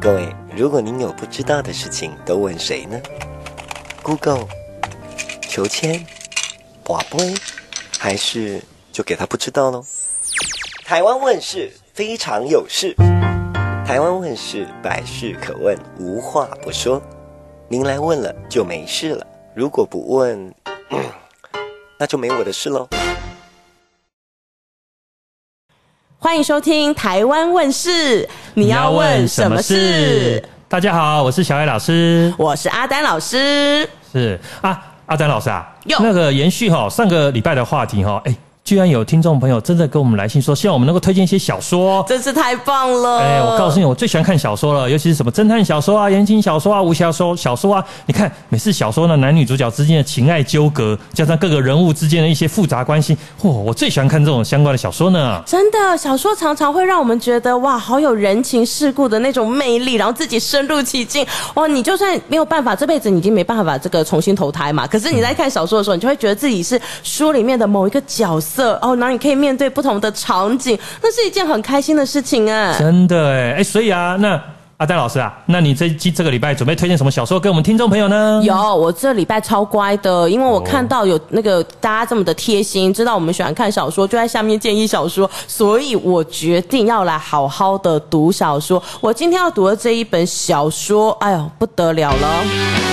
各位，如果您有不知道的事情，都问谁呢？ Google、求签、拔杯，还是就给他不知道咯？台湾问事非常有事，台湾问事百事可问，无话不说。您来问了就没事了，如果不问，那就没我的事咯。 欢迎收听台湾问事，你要问什么事？ 大家好，我是小艾老师， 我是阿丹老师。 是啊，阿丹老师啊，那个延续上个礼拜的话题居然有听众朋友真的跟我们来信说，希望我们能够推荐一些小说， 真是太棒了！ 我告诉你，我最喜欢看小说了，尤其是什么侦探小说啊、言情小说啊、武侠小说啊。你看，每次小说呢，男女主角之间的情爱纠葛，加上各个人物之间的一些复杂关系，我最喜欢看这种相关的小说呢。 真的，小说常常会让我们觉得哇，好有人情世故的那种魅力，然后自己深入其境。哇，你就算没有办法，这辈子你已经没办法这个重新投胎嘛，可是你在看小说的时候，你就会觉得自己是书里面的某一个角色然后你可以面对不同的场景，那是一件很开心的事情啊！ 真的所以啊，那阿丹老师啊，那你这个礼拜准备推荐什么小说给我们听众朋友呢？ 有，我这礼拜超乖的，因为我看到有那个大家这么的贴心，知道我们喜欢看小说，就在下面建议小说，所以我决定要来好好的读小说。我今天要读的这一本小说，哎呦不得了了！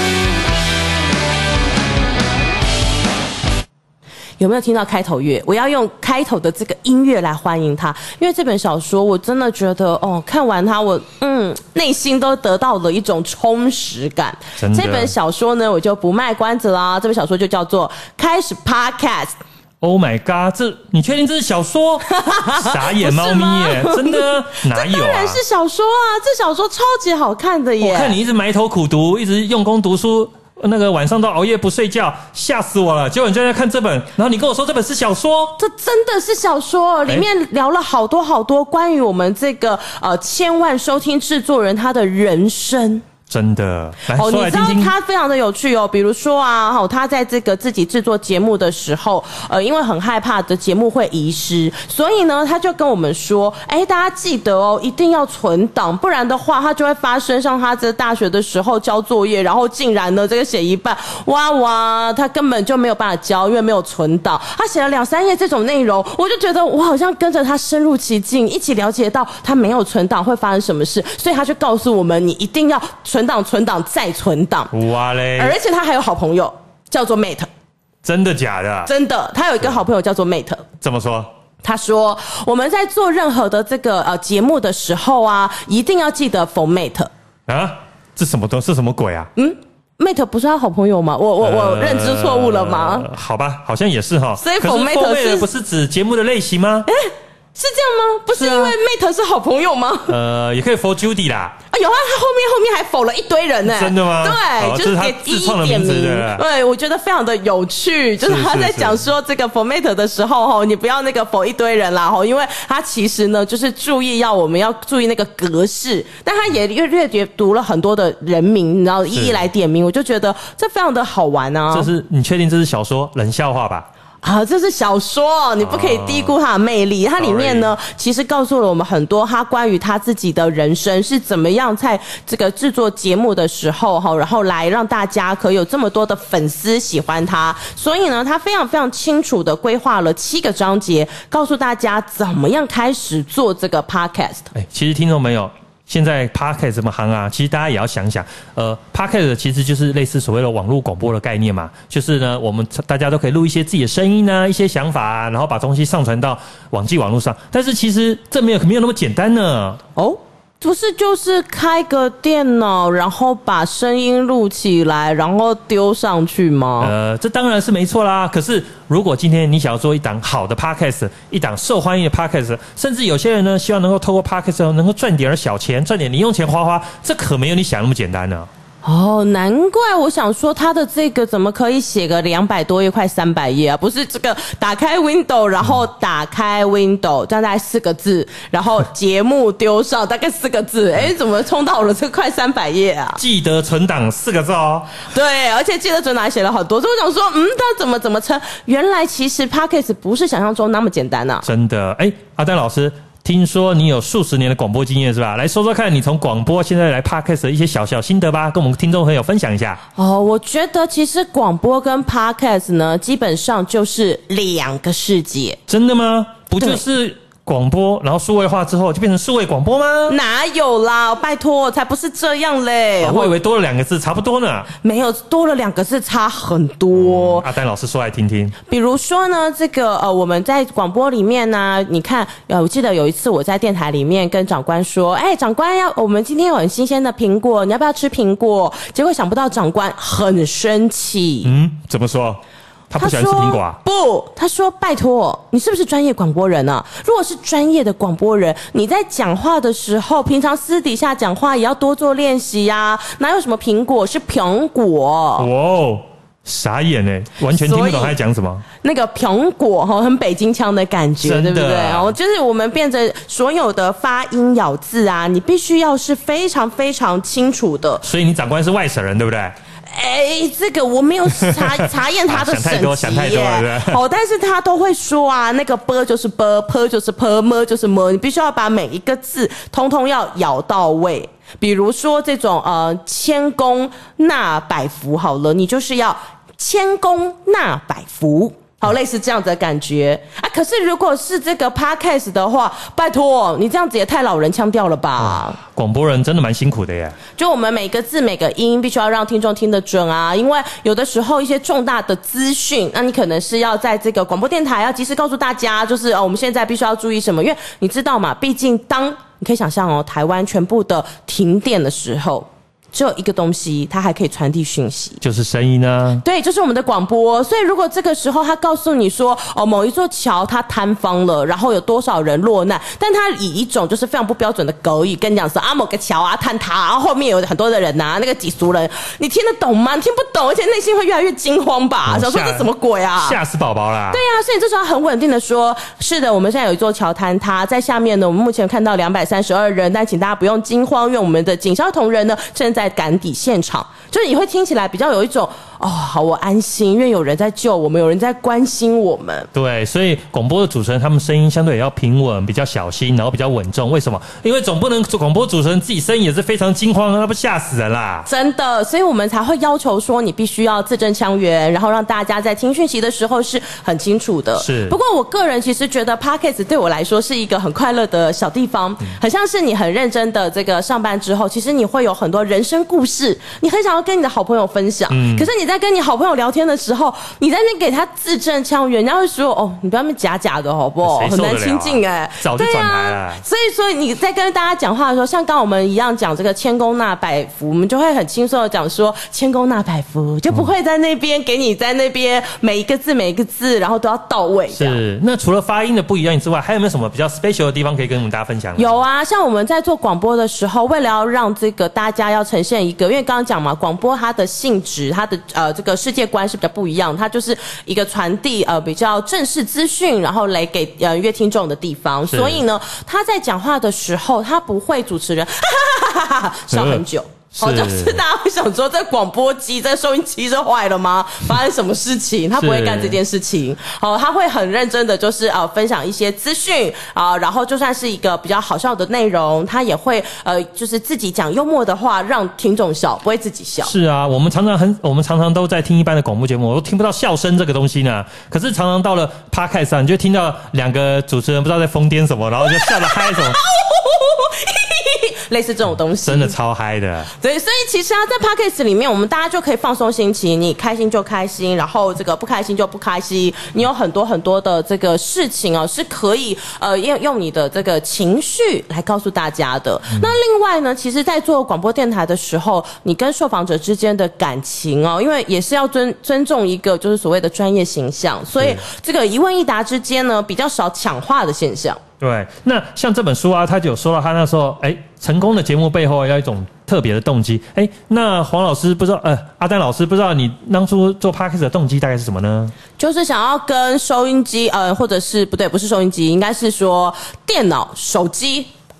有没有听到开头乐？我要用开头的这个音乐来欢迎他，因为这本小说我真的觉得看完它我内心都得到了一种充实感。这本小说呢，我就不卖关子啦，这本小说就叫做《开始 Podcast》。 Oh my god！ 你确定这是小说？傻眼猫咪耶！真的哪有啊？这当然是小说啊！这小说超级好看的耶！ 我看你一直埋头苦读，一直用功读书。那个晚上都熬夜不睡觉，吓死我了！结果你就在看这本，然后你跟我说这本是小说， 这真的是小说，里面聊了好多关于我们这个千万收听制作人他的人生。 真的来说来听听， 你知道他非常的有趣比如说他在这个自己制作节目的时候，因为很害怕的节目会遗失，所以呢，他就跟我们说，大家记得一定要存档，不然的话，他就会发生像他在大学的时候交作业，然后竟然呢这个写一半，哇，他根本就没有办法交，因为没有存档，他写了2-3页这种内容，我就觉得我好像跟着他深入其境，一起了解到他没有存档会发生什么事，所以他就告诉我们，你一定要存档再存档， 哇嘞！ 而且他还有好朋友叫做 Mate， 真的假的？ 真的，他有一个好朋友叫做 Mate。怎么说？ 他说我们在做任何的这个节目的时候啊，一定要记得 for Mate 啊，这什么是什么鬼啊 ？Mate 不是他好朋友吗？我认知错误了吗？ 好吧，好像也是哈。 所以 for Mate 不是指节目的类型吗？ 是这样吗？不是因为 Mate 是好朋友吗？ 也可以 for Judy 啦。 有啊，他后面还否了一堆人呢。 真的吗？ 对，就是给一一点名。对，我觉得非常的有趣，就是他在讲说这个 for Mate 的时候你不要那个否一堆人啦因为他其实呢就是注意我们要注意那个格式，但他也略读了很多的人名，然后一一来点名，我就觉得这非常的好玩啊。 你确定这是小说冷笑话吧？ 这是小说，你不可以低估它的魅力。它里面呢，其实告诉了我们很多他关于他自己的人生是怎么样在这个制作节目的时候然后来让大家可以有这么多的粉丝喜欢他。所以呢，他非常非常清楚的规划了7个章节，告诉大家怎么样开始做这个 podcast。 其实听众朋友，现在 Podcast 这么夯啊，其实大家也要想想，Podcast 其实就是类似所谓的网络广播的概念嘛，就是呢，我们大家都可以录一些自己的声音啊，一些想法啊，然后把东西上传到网络上。但是其实这没有那么简单呢。 不是就是开个电脑，然后把声音录起来，然后丢上去吗？ 这当然是没错啦。可是如果今天你想要做一档好的 podcast， 一档受欢迎的 podcast， 甚至有些人呢希望能够透过 podcast 能够赚点小钱，赚点零用钱花，这可没有你想那么简单呢。 难怪我想说他的这个怎么可以写个200多页，快300页啊？不是这个打开 Window， 然后打开 Window， 这样大概4个字，然后节目丢上大概4个字，怎么冲到了这快300页啊？ 记得存档4个字哦。 对，而且记得存档还写了很多，所以我想说，他怎么撑？原来其实 Podcast 不是想象中那么简单啊！ 真的，阿丹老师。 听说你有数十年的广播经验是吧？来说说看你从广播现在来 Podcast 的一些小心得吧，跟我们听众朋友分享一下。 我觉得其实广播跟 Podcast 呢，基本上就是两个世界。 真的吗？不就是广播，然后数位化之后就变成数位广播吗？ 哪有啦，拜托，才不是这样嘞！ 我以为多了2个字差不多呢。 没有，多了2个字差很多。 阿丹老师说来听听。 比如说呢，这个我们在广播里面呢，你看，我记得有一次我在电台里面跟长官说，长官我们今天有很新鲜的苹果，你要不要吃苹果？结果想不到长官很生气。 怎么说？他不喜欢吃苹果啊？ 不，他说拜托，你是不是专业广播人啊？如果是专业的广播人，你在讲话的时候，平常私底下讲话也要多做练习呀。哪有什么苹果是苹果？ 哇，傻眼哎，完全听不懂他在讲什么。那个苹果很北京腔的感觉，对不对？就是我们变成所有的发音咬字啊，你必须要是非常非常清楚的。 所以你长官是外省人，对不对？ 这个我没有查验他的省级想太多了，对不对？ 但是他都会说啊，那个 b 就是 p 就是 p，m 就是 m， 你必须要把每一个字通通要咬到位。比如说这种千公纳百福好了，你就是要千公纳百福。好，类似这样子的感觉啊。可是如果是这个 podcast 的话，拜托，你这样子也太老人腔调了吧？ 广播人真的蛮辛苦的耶。 就我们每个字每个音必须要让听众听得准啊，因为有的时候一些重大的资讯，那你可能是要在这个广播电台要及时告诉大家，就是我们现在必须要注意什么，因为你知道嘛，毕竟你可以想象台湾全部的停电的时候。只有一个东西它还可以传递讯息， 就是声音啊。 对，就是我们的广播。所以如果这个时候他告诉你说某一座桥它坍方了，然后有多少人落难，但他以一种就是非常不标准的狗语跟你讲说某个桥坍塌，然后后面有很多的人那个几俗人，你听得懂吗？你听不懂，而且内心会越来越惊慌吧，想说这什么鬼啊， 吓死宝宝啦。 对啊，所以你这时候很稳定的说，是的，我们现在有一座桥坍塌，在下面呢我们目前看到232人，但请大家不用惊慌，因为我们的警消同仁呢正在赶抵现场，就是你会听起来比较有一种好，我安心，因为有人在救我们，有人在关心我们。 对，所以广播的主持人他们声音相对也要平稳，比较小心，然后比较稳重。为什么？因为总不能广播主持人自己声音也是非常惊慌，那不吓死人啦！ 真的，所以我们才会要求说，你必须要字正腔圆，然后让大家在听讯息的时候是很清楚的。 是。 不过我个人其实觉得 Podcast 对我来说是一个很快乐的小地方，很像是你很认真的这个上班之后，其实你会有很多人生故事，你很想要跟你的好朋友分享。可是你在跟你好朋友聊天的时候，你在那边给他字正腔圆，人家会说你不要那么假假的好不好？很难亲近早就转台了。 所以说你在跟大家讲话的时候，像刚刚我们一样讲这个千公纳百福，我们就会很轻松的讲说千公纳百福，就不会在那边给你在那边每一个字，然后都要到位。 是。那除了发音的不一样之外，还有没有什么比较 special 的地方可以跟我们大家分享？ 有啊，像我们在做广播的时候，为了要让这个大家要呈现一个，因为刚刚讲嘛，广播它的性质，它的这个世界观是比较不一样，它就是一个传递比较正式资讯，然后来给乐听众的地方。所以呢，他在讲话的时候，他不会主持人笑很久。就是大家会想说，这广播机、这收音机是坏了吗？发生什么事情？他不会干这件事情。他会很认真的，就是分享一些资讯然后就算是一个比较好笑的内容，他也会就是自己讲幽默的话，让听众笑，不会自己笑。 是啊，我们常常都在听一般的广播节目，我都听不到笑声这个东西呢。可是常常到了 Podcast 上，你就听到2个主持人不知道在疯癫什么，然后就笑得嗨什么。 类似这种东西真的超嗨的。 对，所以其实在 Podcast 里面，我们大家就可以放松心情，你开心就开心，然后这个不开心就不开心，你有很多很多的这个事情是可以用你的这个情绪来告诉大家的。那另外呢，其实在做广播电台的时候，你跟受访者之间的感情因为也是要尊重一个就是所谓的专业形象，所以这个一问一答之间呢，比较少抢话的现象。 对，那像这本书他就有说到他那时候成功的节目背后要一种特别的动机。那黄老师不知道阿丹老师不知道你当初做 Podcast 的动机大概是什么呢？ 就是想要跟收音机或者是不是收音机，应该是说电脑、手机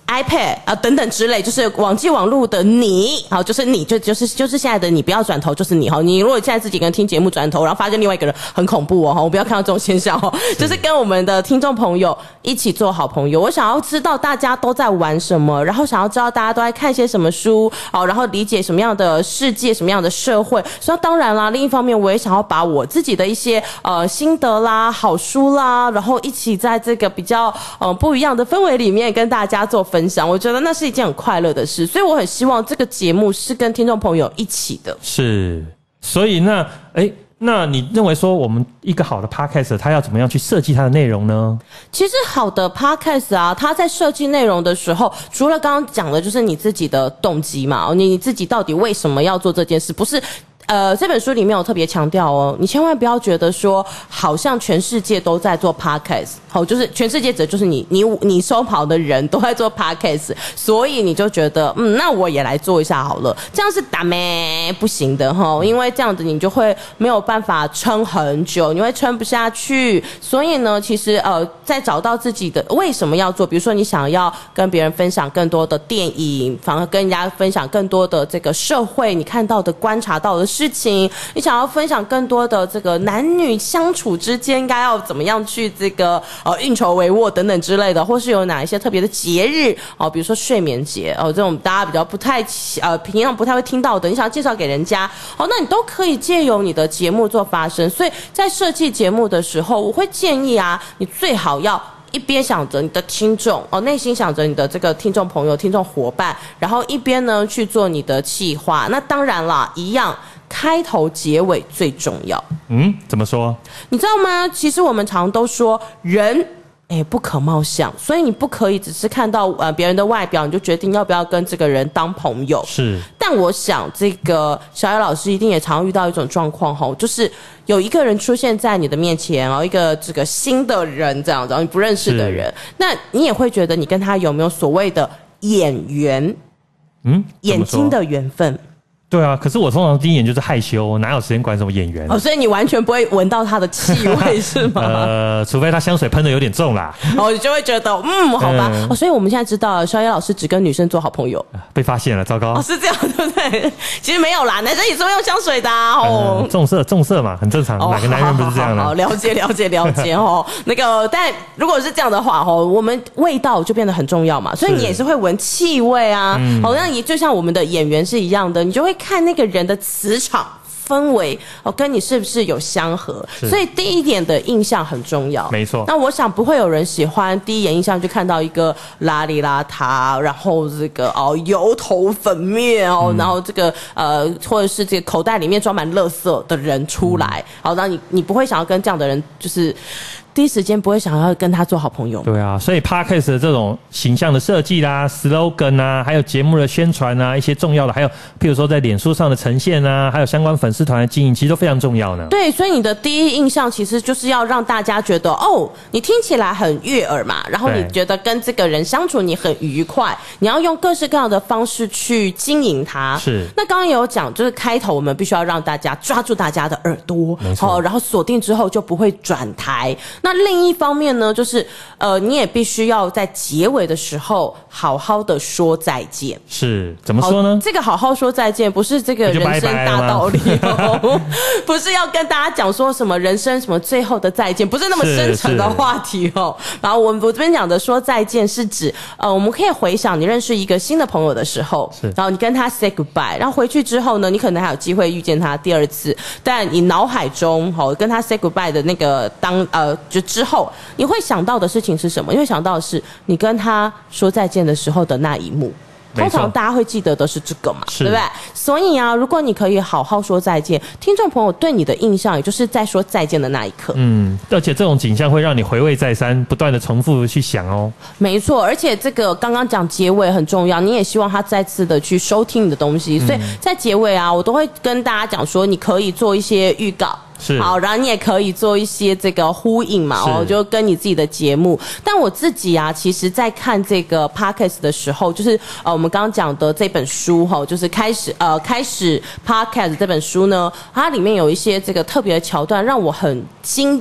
iPad 等等之类，就是网际网路的你，好，就是你就是现在的你，不要转头，就是你哈。你如果现在自己一个人听节目转头，然后发现另外一个人很恐怖哦，我不要看到这种现象哦，就是跟我们的听众朋友一起做好朋友。我想要知道大家都在玩什么，然后想要知道大家都在看些什么书，好，然后理解什么样的世界，什么样的社会。所以当然啦，另一方面我也想要把我自己的一些心得啦、好书啦，然后一起在这个比较不一样的氛围里面跟大家做分享。我觉得那是一件很快乐的事，所以我很希望这个节目是跟听众朋友一起的。 是，所以那你认为说我们一个好的 podcast 它要怎么样去设计它的内容呢？ 其实好的 podcast 啊，它在设计内容的时候，除了刚刚讲的就是你自己的动机嘛，你自己到底为什么要做这件事，不是这本书里面有特别强调哦，你千万不要觉得说好像全世界都在做 podcast， 好，就是全世界指的就是你收跑的人都在做 podcast， 所以你就觉得那我也来做一下好了，这样是打咩不行的齁，因为这样子你就会没有办法撑很久，你会撑不下去。所以呢，其实在找到自己的为什么要做，比如说你想要跟别人分享更多的电影，反而跟人家分享更多的这个社会你看到的观察到的事情，你想要分享更多的这个男女相处之间应该要怎么样去这个运筹帷幄等等之类的，或是有哪一些特别的节日比如说睡眠节这种大家比较不太平常不太会听到的，你想要介绍给人家那你都可以借由你的节目做发声。所以在设计节目的时候，我会建议你最好要一边想着你的听众内心想着你的这个听众朋友、听众伙伴，然后一边呢去做你的企划。那当然啦，一样开头结尾最重要。 怎么说？ 你知道吗？其实我们常都说人不可貌相，所以你不可以只是看到别人的外表你就决定要不要跟这个人当朋友。 是。 但我想这个小野老师一定也常遇到一种状况就是有一个人出现在你的面前一个这个新的人这样子，你不认识的人，那你也会觉得你跟他有没有所谓的眼缘，眼睛的缘分。 对啊，可是我通常第一眼就是害羞，哪有时间管什么演员所以你完全不会闻到他的气味是吗？ 除非他香水喷的有点重啦。 你就会觉得好吧。所以我们现在知道了，小野老师只跟女生做好朋友。 被发现了，糟糕。 是这样对不对？其实没有啦，男生也是会用香水的重色嘛，很正常。哪个男人不是这样呢？ 好，了解那个，但如果是这样的话我们味道就变得很重要嘛，所以你也是会闻气味啊。那你就像我们的演员是一样的，你就会看那个人的磁场氛围跟你是不是有相合，所以第一点的印象很重要。 没错。 那我想不会有人喜欢第一眼印象就看到一个邋里邋遢，然后这个油头粉面然后这个或者是这个口袋里面装满垃圾的人出来然后你不会想要跟这样的人就是第一时间不会想要跟他做好朋友。 对啊，所以 Podcast 的这种形象的设计啦、slogan 啊，还有节目的宣传啊，一些重要的，还有譬如说在脸书上的呈现啊，还有相关粉丝团的经营，其实都非常重要呢。 对，所以你的第一印象其实就是要让大家觉得你听起来很悦耳嘛，然后你觉得跟这个人相处你很愉快，你要用各式各样的方式去经营它。 是。 那刚刚也有讲，就是开头我们必须要让大家抓住大家的耳朵， 没错， 然后锁定之后就不会转台。那另一方面呢，就是你也必须要在结尾的时候好好的说再见。 是，怎么说呢？ 这个好好说再见不是这个人生大道理不是要跟大家讲说什么人生什么最后的再见，不是那么深沉的话题然后我这边讲的说再见是指我们可以回想你认识一个新的朋友的时候，然后你跟他 say goodbye， 然后回去之后呢，你可能还有机会遇见他第二次，但你脑海中跟他 say goodbye 的那个就之后你会想到的事情是什么？你会想到的是你跟他说再见的时候的那一幕。通常大家会记得的是这个嘛，对不对？所以如果你可以好好说再见，听众朋友对你的印象也就是在说再见的那一刻。 而且这种景象会让你回味再三，不断的重复去想没错，而且这个刚刚讲结尾很重要，你也希望他再次的去收听你的东西，所以在结尾我都会跟大家讲说，你可以做一些预告。好，然后你也可以做一些这个呼应嘛，就跟你自己的节目。但我自己其实在看这个 podcast 的时候，就是我们刚刚讲的这本书就是开始 podcast 这本书呢，它里面有一些这个特别的桥段让我很惊艳。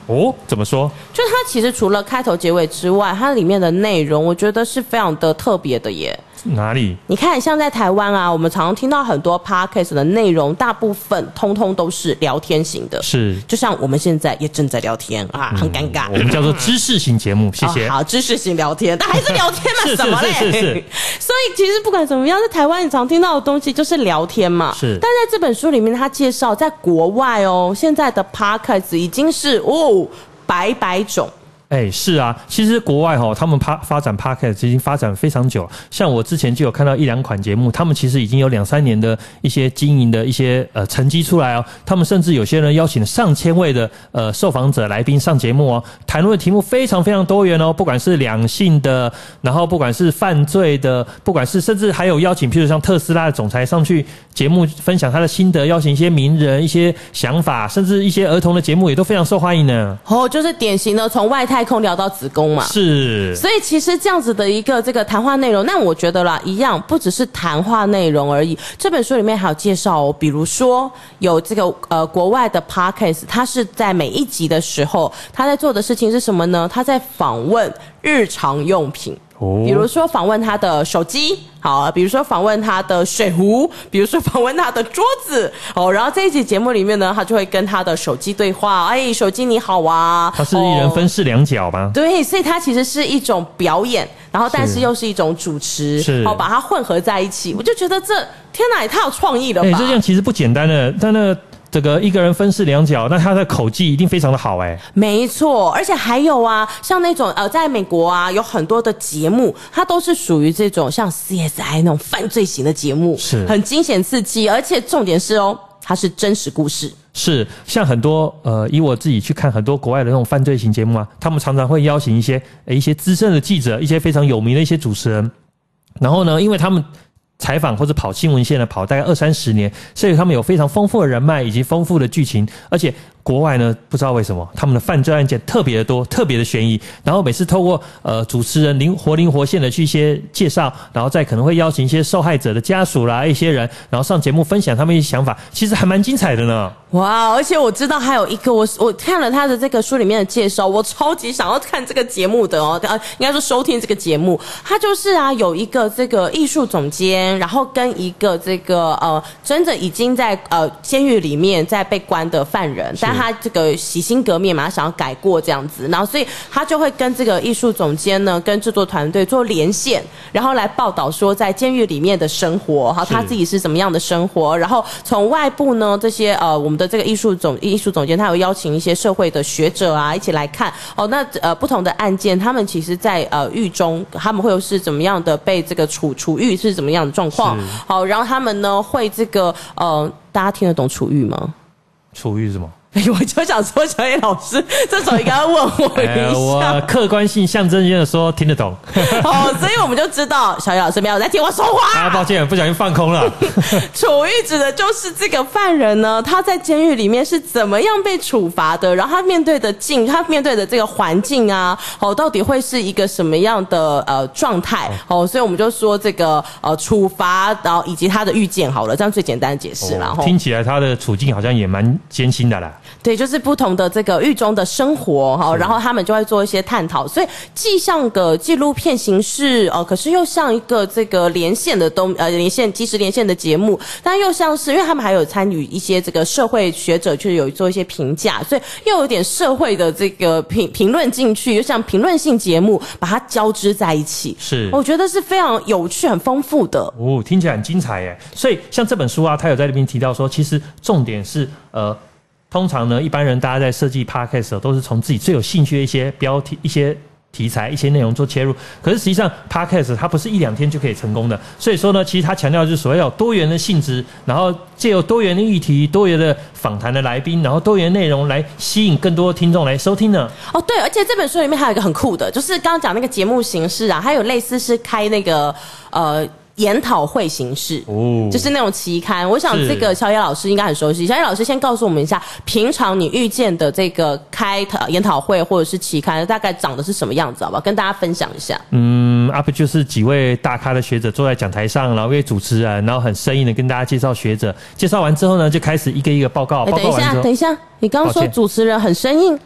哦，怎么说？ 就是它其实除了开头结尾之外，它里面的内容我觉得是非常的特别的耶。 哪里？ 你看，像在台湾啊，我们常常听到很多 podcast 的内容，大部分通通都是聊天型的， 是， 就像我们现在也正在聊天啊，很尴尬。 我们叫做知识型节目，谢谢。 好，知识型聊天，但还是聊天嘛，什么嘞？ 是。 所以其实不管怎么样，在台湾你常听到的东西就是聊天嘛。 是。 但在这本书里面，他介绍在国外哦，现在的 podcast 已经是百种。 是啊，其实国外他们发展 Podcast 已经发展非常久了。像我之前就有看到1-2款节目，他们其实已经有2-3年的一些经营的一些成绩出来哦。他们甚至有些人邀请上千位的受访者来宾上节目哦，谈论的题目非常非常多元哦，不管是两性的，然后不管是犯罪的，不管是甚至还有邀请，譬如像特斯拉的总裁上去节目分享他的心得，邀请一些名人、一些想法，甚至一些儿童的节目也都非常受欢迎呢。 就是典型的从外太空聊到子宫嘛， 是。 所以其实这样子的一个这个谈话内容，那我觉得啦，一样不只是谈话内容而已。这本书里面还有介绍哦，比如说有这个国外的 podcast， 他是在每一集的时候，他在做的事情是什么呢？他在访问日常用品。比如说访问他的手机，好，比如说访问他的水壶，比如说访问他的桌子，然后这一集节目里面呢，他就会跟他的手机对话，手机你好啊， 他是一人分饰两角吗？ 对，所以它其实是一种表演，然后但是又是一种主持，把它混合在一起，我就觉得天哪，也太有创意了吧！ 这样其实不简单的，但这个一个人分饰两角，那他的口技一定非常的好没错，而且还有啊，像那种在美国啊，有很多的节目，它都是属于这种像 CSI 那种犯罪型的节目， 是很惊险刺激，而且重点是它是真实故事。 是，像很多以我自己去看很多国外的那种犯罪型节目啊，他们常常会邀请一些资深的记者，一些非常有名的一些主持人，然后呢，因为他们采访或者跑新闻线的跑大概20-30年，所以他们有非常丰富的人脉以及丰富的剧情，而且国外呢，不知道为什么他们的犯罪案件特别的多，特别的悬疑，然后每次透过主持人活灵活现的去一些介绍，然后再可能会邀请一些受害者的家属啦，一些人，然后上节目分享他们一些想法，其实还蛮精彩的呢。 哇！而且我知道还有一个，我看了他的这个书里面的介绍，我超级想要看这个节目的应该说收听这个节目。他就是有一个这个艺术总监，然后跟一个这个真的已经在监狱里面在被关的犯人，但他这个洗心革面嘛，他想要改过这样子，然后所以他就会跟这个艺术总监呢，跟制作团队做连线，然后来报道说在监狱里面的生活，他自己是怎么样的生活，然后从外部呢这些我们的这个艺术总监他有邀请一些社会的学者啊一起来看那不同的案件，他们其实在狱中他们会是怎么样的被这个处狱是怎么样的状况，好，然后他们呢会这个大家听得懂处狱吗？ 处狱是什么？ 我就想说，小野老师这种应该要问我一下。 我客观性象征性的说听得懂。 所以我们就知道小野老师没有在听我说话。 抱歉，不小心放空了。 处狱指的就是这个犯人呢，他在监狱里面是怎么样被处罚的，然后他面对的这个环境啊，到底会是一个什么样的状态？所以我们就说这个处罚，然后以及他的预见好了，这样最简单的解释啦。 听起来他的处境好像也蛮艰辛的啦。 对，就是不同的这个狱中的生活然后他们就会做一些探讨，所以既像个纪录片形式可是又像一个这个连线的即时连线的节目，但又像是因为他们还有参与一些这个社会学者去有做一些评价，所以又有点社会的这个评论进去，又像评论性节目把它交织在一起， 是我觉得是非常有趣很丰富的听起来很精彩耶。所以像这本书啊，他有在那边提到说，其实重点是通常呢，一般人大家在设计 podcast 的时候，都是从自己最有兴趣的一些标题、一些题材、一些内容做切入。可是实际上 podcast 它不是1-2天就可以成功的，所以说呢，其实它强调就是所谓有多元的性质，然后藉由多元的议题、多元的访谈的来宾，然后多元内容来吸引更多的听众来收听呢。 对，而且这本书里面还有一个很酷的，就是刚刚讲那个节目形式啊，还有类似是开那个研讨会形式就是那种期刊。我想这个小野老师应该很熟悉。小野老师先告诉我们一下，平常你遇见的这个开研讨会或者是期刊大概长得是什么样子，好不好？跟大家分享一下。 不就是几位大咖的学者坐在讲台上，然后一位主持人，然后很生硬的跟大家介绍学者，介绍完之后呢，就开始一个一个报告。 等一下，你刚刚说主持人很生硬。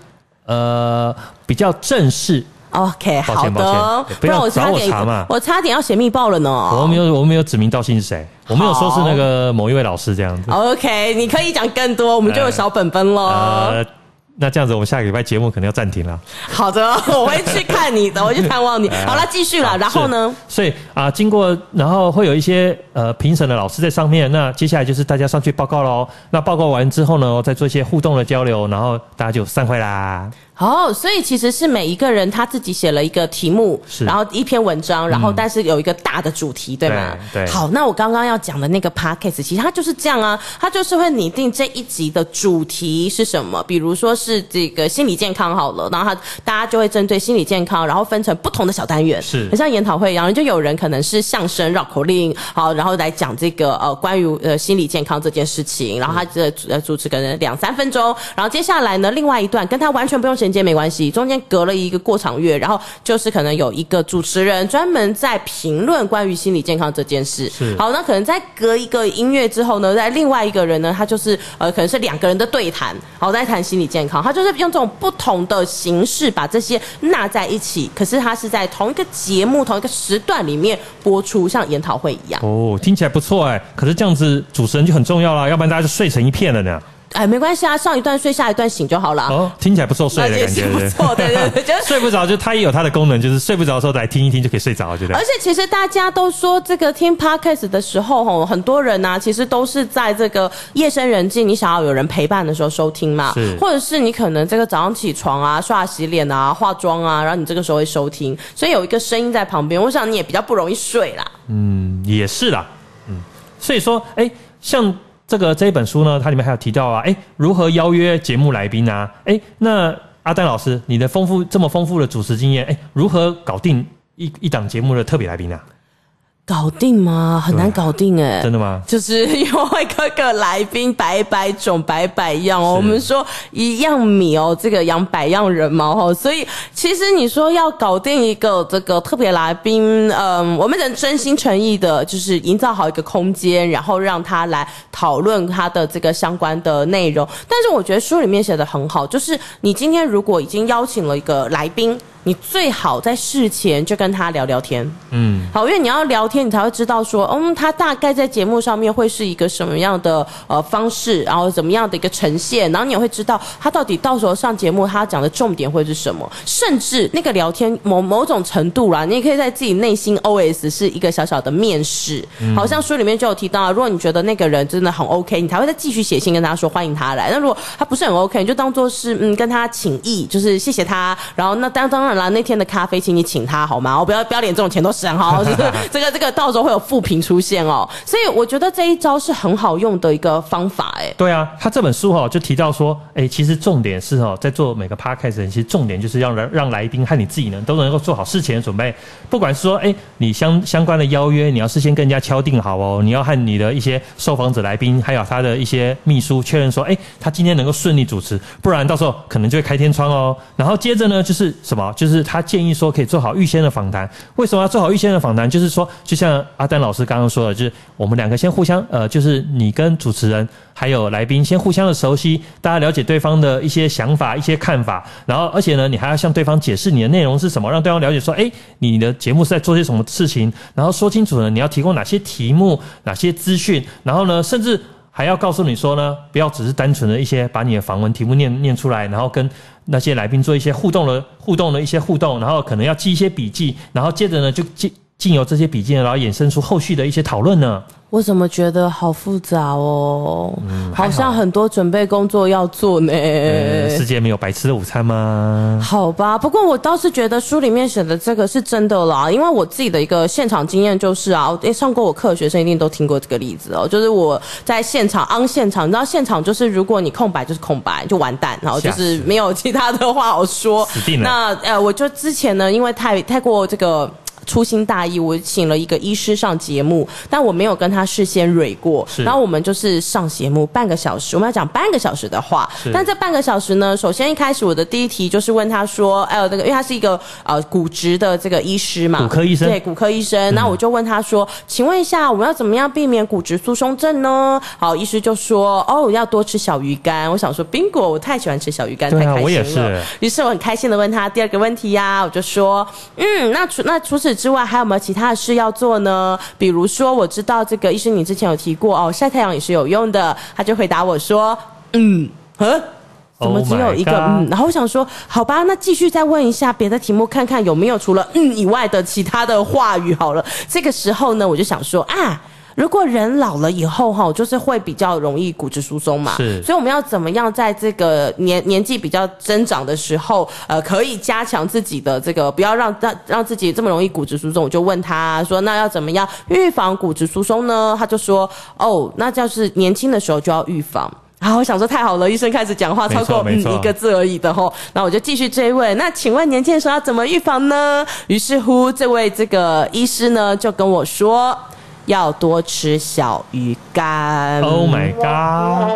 比较正式。 OK， 抱好的， 不然我差点我差点要写密报了呢。 我没有指名道姓是谁，我没有说是那个某一位老师这样子。 OK， 你可以讲更多，我们就有小本本了。 那这样子，我们下个礼拜节目可能要暂停了。 好的，我会去看你的，我会去探望你。好了，继续了。然后呢？ 所以经过，然后会有一些评审的老师在上面。那接下来就是大家上去报告咯。那报告完之后呢，再做一些互动的交流，然后大家就散会啦。 所以其实是每一个人他自己写了一个题目，然后一篇文章，然后但是有一个大的主题，对吗？ 对。 好，那我刚刚要讲的那个 podcast， 其实它就是这样啊，它就是会拟定这一集的主题是什么，比如说是这个心理健康好了，然后大家就会针对心理健康，然后分成不同的小单元， 是， 很像研讨会一样，就有人可能是相声绕口令，好，然后来讲这个关于心理健康这件事情，然后他主持可能2-3分钟，然后接下来呢，另外一段跟他完全不用衔接没关系，中间隔了一个过场乐，然后就是可能有一个主持人专门在评论关于心理健康这件事。好，那可能在隔一个音乐之后呢，在另外一个人呢，他就是可能是2个人的对谈，好，在谈心理健康，他就是用这种不同的形式把这些纳在一起，可是他是在同一个节目、同一个时段里面播出，像研讨会一样。 听起来不错哎，可是这样子主持人就很重要啦，要不然大家就睡成一片了呢。 没关系啊，上一段睡，下一段醒就好了。 听起来不错睡的感觉， 不错，对， 睡不着就它也有它的功能，就是睡不着的时候来听一听就可以睡着，觉得。 而且其实大家都说这个听 podcast 的时候，很多人啊，其实都是在这个夜深人静，你想要有人陪伴的时候收听嘛，或者是你可能这个早上起床啊、刷牙洗脸啊、化妆啊，然后你这个时候会收听，所以有一个声音在旁边，我想你也比较不容易睡啦。 也是啦，所以说，像。这一本书呢，它里面还有提到如何邀约节目来宾啊？那阿丹老师，你的这么丰富的主持经验，如何搞定一档节目的特别来宾啊？ 搞定吗？很难搞定真的吗？ 就是因为各个来宾百种百样我们说一样米这个养百样人嘛所以其实你说要搞定一个这个特别来宾，我们能真心诚意的，就是营造好一个空间，然后让他来讨论他的这个相关的内容。但是我觉得书里面写得很好，就是你今天如果已经邀请了一个来宾，你最好在事前就跟他聊聊天，好，因为你要聊天，你才会知道说，他大概在节目上面会是一个什么样的方式，然后怎么样的一个呈现，然后你也会知道他到底到时候上节目他讲的重点会是什么，甚至那个聊天某种程度啦，你也可以在自己内心 OS 是一个小小的面试，好像书里面就有提到，如果你觉得那个人真的很 OK， 你才会再继续写信跟他说欢迎他来。那如果他不是很 OK， 你就当做是跟他请益，就是谢谢他，然后那当然啦，那天的咖啡请你请他好吗？不要连这种钱都省好，就是这个到时候会有负评出现所以我觉得这一招是很好用的一个方法对啊，他这本书就提到说，其实重点是在做每个 podcast 人，其实重点就是让来宾和你自己呢都能够做好事前的准备，不管是说你相关的邀约，你要事先跟人家敲定好你要和你的一些受访者来宾还有他的一些秘书确认说，他今天能够顺利主持，不然到时候可能就会开天窗然后接着呢就是什么，就是他建议说可以做好预先的访谈。为什么要做好预先的访谈？就是说，就像阿丹老师刚刚说的，就是我们2个先互相就是你跟主持人还有来宾先互相的熟悉，大家了解对方的一些想法、一些看法，然后而且呢，你还要向对方解释你的内容是什么，让对方了解说，你的节目是在做些什么事情，然后说清楚呢，你要提供哪些题目、哪些资讯，然后呢，甚至还要告诉你说呢，不要只是单纯的一些把你的访问题目念出来，然后跟那些来宾做一些互动的一些互动，然后可能要记一些笔记，然后接着呢就经由这些笔记，然后衍生出后续的一些讨论呢。 我怎么觉得好复杂好像很多准备工作要做呢。 世界没有白吃的午餐吗？ 好吧，不过我倒是觉得书里面写的这个是真的啦，因为我自己的一个现场经验就是上过我课的学生一定都听过这个例子就是我在现场现场，你知道现场就是如果你空白就是空白就完蛋，然后就是没有其他的话好说。 死定了。 那我就之前呢，因为太过这个粗心大意，我请了一个医师上节目，但我没有跟他事先蕊过，然后我们就是上节目半个小时，我们要讲半个小时的话，但这半个小时呢，首先一开始我的第一题就是问他说，因为他是一个骨质的这个医师嘛， 骨科医生， 对，骨科医生，那我就问他说，请问一下，我们要怎么样避免骨质疏松症呢？好，医师就说，要多吃小鱼干。我想说 bingo， 我太喜欢吃小鱼干，太开心了。 我也是。 于是我很开心的问他第二个问题呀，我就说，那除此之外还有没有其他的事要做呢？比如说我知道这个医师你之前有提过晒太阳也是有用的，他就回答我说，怎么只有一个然后我想说，好吧，那继续再问一下别的题目，看看有没有除了以外的其他的话语好了。这个时候呢，我就想说如果人老了以后就是会比较容易骨质疏松嘛，所以我们要怎么样在这个年纪比较增长的时候，可以加强自己的这个，不要让自己这么容易骨质疏松。我就问他说，那要怎么样预防骨质疏松呢？他就说，那就是年轻的时候就要预防。好，我想说太好了，医生开始讲话超过一个字而已的吼，那我就继续追问，那请问年轻的时候要怎么预防呢？于是乎，这位这个医师呢就跟我说，要多吃小鱼干。 Oh my god！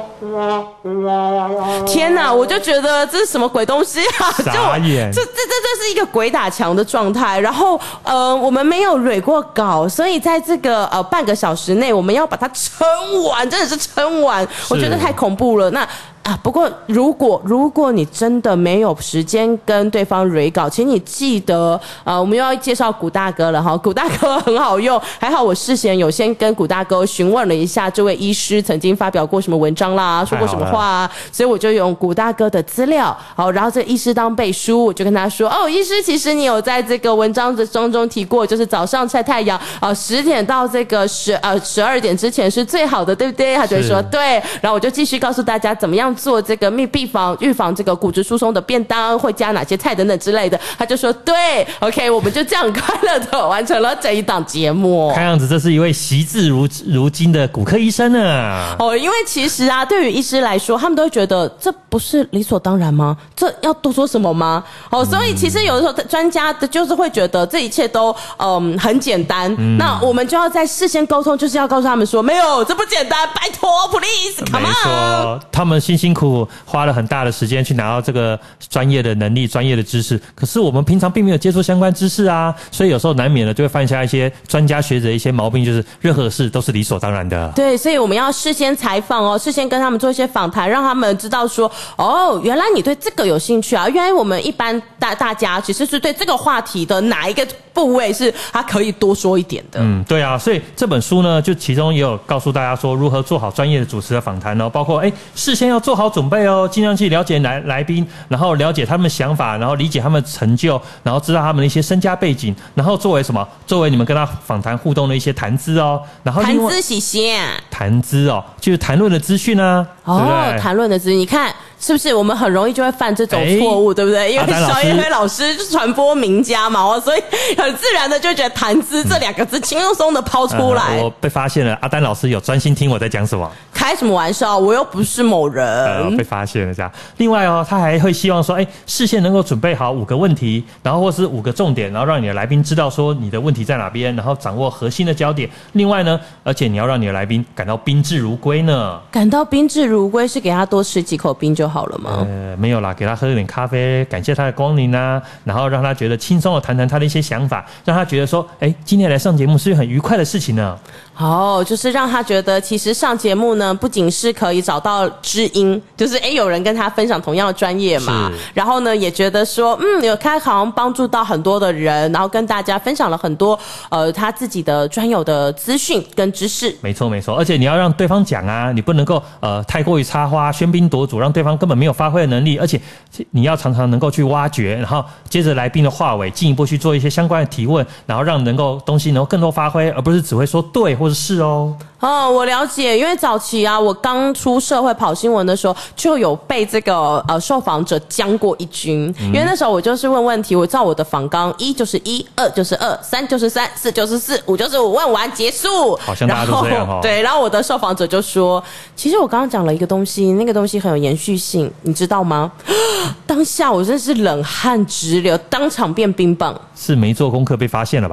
天哪，我就觉得这是什么鬼东西啊！ 傻眼， 这是一个鬼打墙的状态。然后我们没有蕊过稿，所以在这个半个小时内，我们要把它撑完，真的是撑完，我觉得太恐怖了。那不过如果你真的没有时间跟对方蕊稿，请你记得我们又要介绍古大哥了哈。古大哥很好用，还好我事先有先跟古大哥询问了一下这位医师曾经发表过什么文章啦，说过什么话啊，所以我就用古大哥的资料，好，然后这医师当背书，我就跟他说，医师其实你有在这个文章的中提过，就是早上晒太阳10点到这个12点之前是最好的，对不对？他就会说对，然后我就继续告诉大家怎么样做这个预防这个骨质疏松的便当，会加哪些菜等等之类的。他就说对 ，OK， 我们就这样快乐的完成了这一档节目。 看样子这是一位习字如金的骨科医生啊。 因为其实对于医师来说，他们都会觉得这不是理所当然吗？这要多说什么吗？所以其实有的时候专家就是会觉得这一切都很简单。那我们就要在事先沟通，就是要告诉他们说，没有，这不简单，拜托 ，please，come on。 没错，他们辛辛苦苦花了很大的时间去拿到这个专业的能力、专业的知识，可是我们平常并没有接触相关知识啊，所以有时候难免的就会犯下一些专家学者的一些毛病，就是任何事都是理所当然的。 对，所以我们要事先采访事先跟他们做一些访谈，让他们知道说，原来你对这个有兴趣啊，原来我们一般大家其实是对这个话题的哪一个部位是他可以多说一点的。 对啊，所以这本书呢，就其中也有告诉大家说如何做好专业的主持的访谈包括事先要做好准备尽量去了解来宾，然后了解他们的想法，然后理解他们的成就，然后知道他们的一些身家背景，然后作为什么？作为你们跟他访谈互动的一些谈资然后谈资是谁啊？ 谈资就是谈论的资讯啊，对不对？ 谈论的资讯，你看是不是我们很容易就会犯这种错误，对不对？因为萧燕飞老师是传播名家嘛，所以很自然的就觉得谈资这2个字轻松松的抛出来。 我被发现了，阿丹老师有专心听我在讲什么。 开什么玩笑，我又不是某人。 被发现了这样。另外他还会希望说事先能够准备好5个问题，然后或是5个重点，然后让你的来宾知道说你的问题在哪边，然后掌握核心的焦点。另外呢，而且你要让你的来宾感到宾至如归呢。 感到宾至如归是给他多吃几口冰就好了吗？ 没有啦，给他喝一点咖啡，感谢他的光临啊，然后让他觉得轻松的谈谈他的一些想法，让他觉得说今天来上节目是很愉快的事情呢。 就是让他觉得其实上节目呢不仅是可以找到知音，就是有人跟他分享同样的专业嘛，然后呢也觉得说有他好像帮助到很多的人，然后跟大家分享了很多他自己的专有的资讯跟知识。 没错没错，而且你要让对方讲啊，你不能够太过于插花喧宾夺主，让对方根本没有发挥的能力，而且你要常常能够去挖掘，然后接着来宾的话尾进一步去做一些相关的提问，然后让东西能够更多发挥，而不是只会说对或者是我了解，因为早期我刚出社会跑新闻的时候，就有被这个受访者将过一军。因为那时候我就是问问题，我照我的访纲，1就是1，2就是2，3就是3，4就是4，5就是5，问完结束。 好像大家都这样对，然后我的受访者就说，其实我刚刚讲了一个东西，那个东西很有延续性，你知道吗？当下我真是冷汗直流，当场变冰棒。 是没做功课被发现了吧？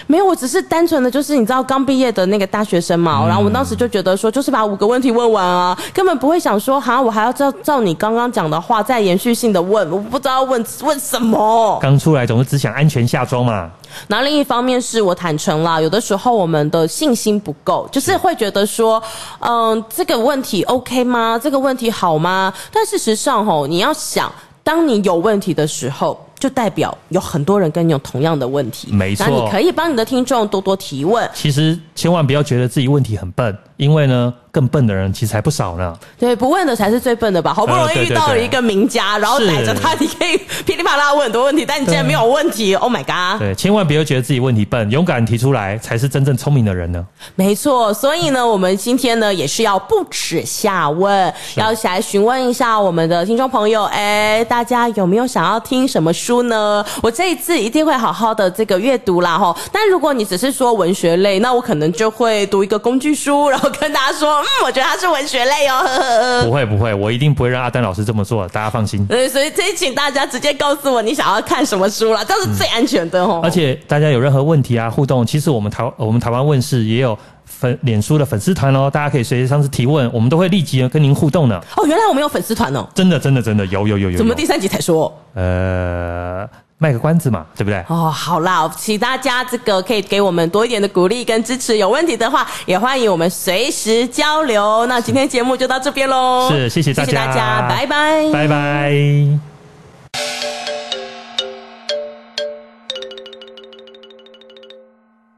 没有，我只是单纯的就是你知道刚毕业的那个大学生嘛，然后我当时就觉得说，就是把5个问题问完啊，根本不会想说哈，我还要照你刚刚讲的话再延续性的问，我不知道问什么。 刚出来总是只想安全下装嘛。 那另一方面是我坦诚啦，有的时候我们的信心不够，就是会觉得说，这个问题 OK 吗？这个问题好吗？但事实上你要想，当你有问题的时候，就代表有很多人跟你有同样的问题， 没错。 那你可以帮你的听众多多提问。 其实千万不要觉得自己问题很笨，因为呢，更笨的人其实还不少呢。 对，不问的才是最笨的吧？好不容易遇到了一个名家，然后逮着他，你可以噼里啪啦问很多问题，但你竟然没有问题 ，Oh my god！ 对，千万不要觉得自己问题笨，勇敢提出来才是真正聪明的人呢。 没错，所以呢，我们今天呢也是要不耻下问，要来询问一下我们的听众朋友，大家有没有想要听什么书呢？我这一次一定会好好的这个阅读啦齁。但如果你只是说文学类，那我可能就会读一个工具书，然后跟大家说，我觉得它是文学类哦。 不会，我一定不会让阿丹老师这么做，大家放心。 对，所以这请大家直接告诉我你想要看什么书啦，这是最安全的齁。 而且大家有任何问题啊互动，其实我们台湾问世也有脸书的粉丝团哦，大家可以随时上次提问，我们都会立即跟您互动呢。 原来我们有粉丝团哦。 真的有。 怎么第3集才说？ 卖个关子嘛，对不对？ 好啦，请大家这个可以给我们多一点的鼓励跟支持，有问题的话也欢迎我们随时交流。那今天节目就到这边咯， 是，谢谢大家， 拜拜， 拜拜。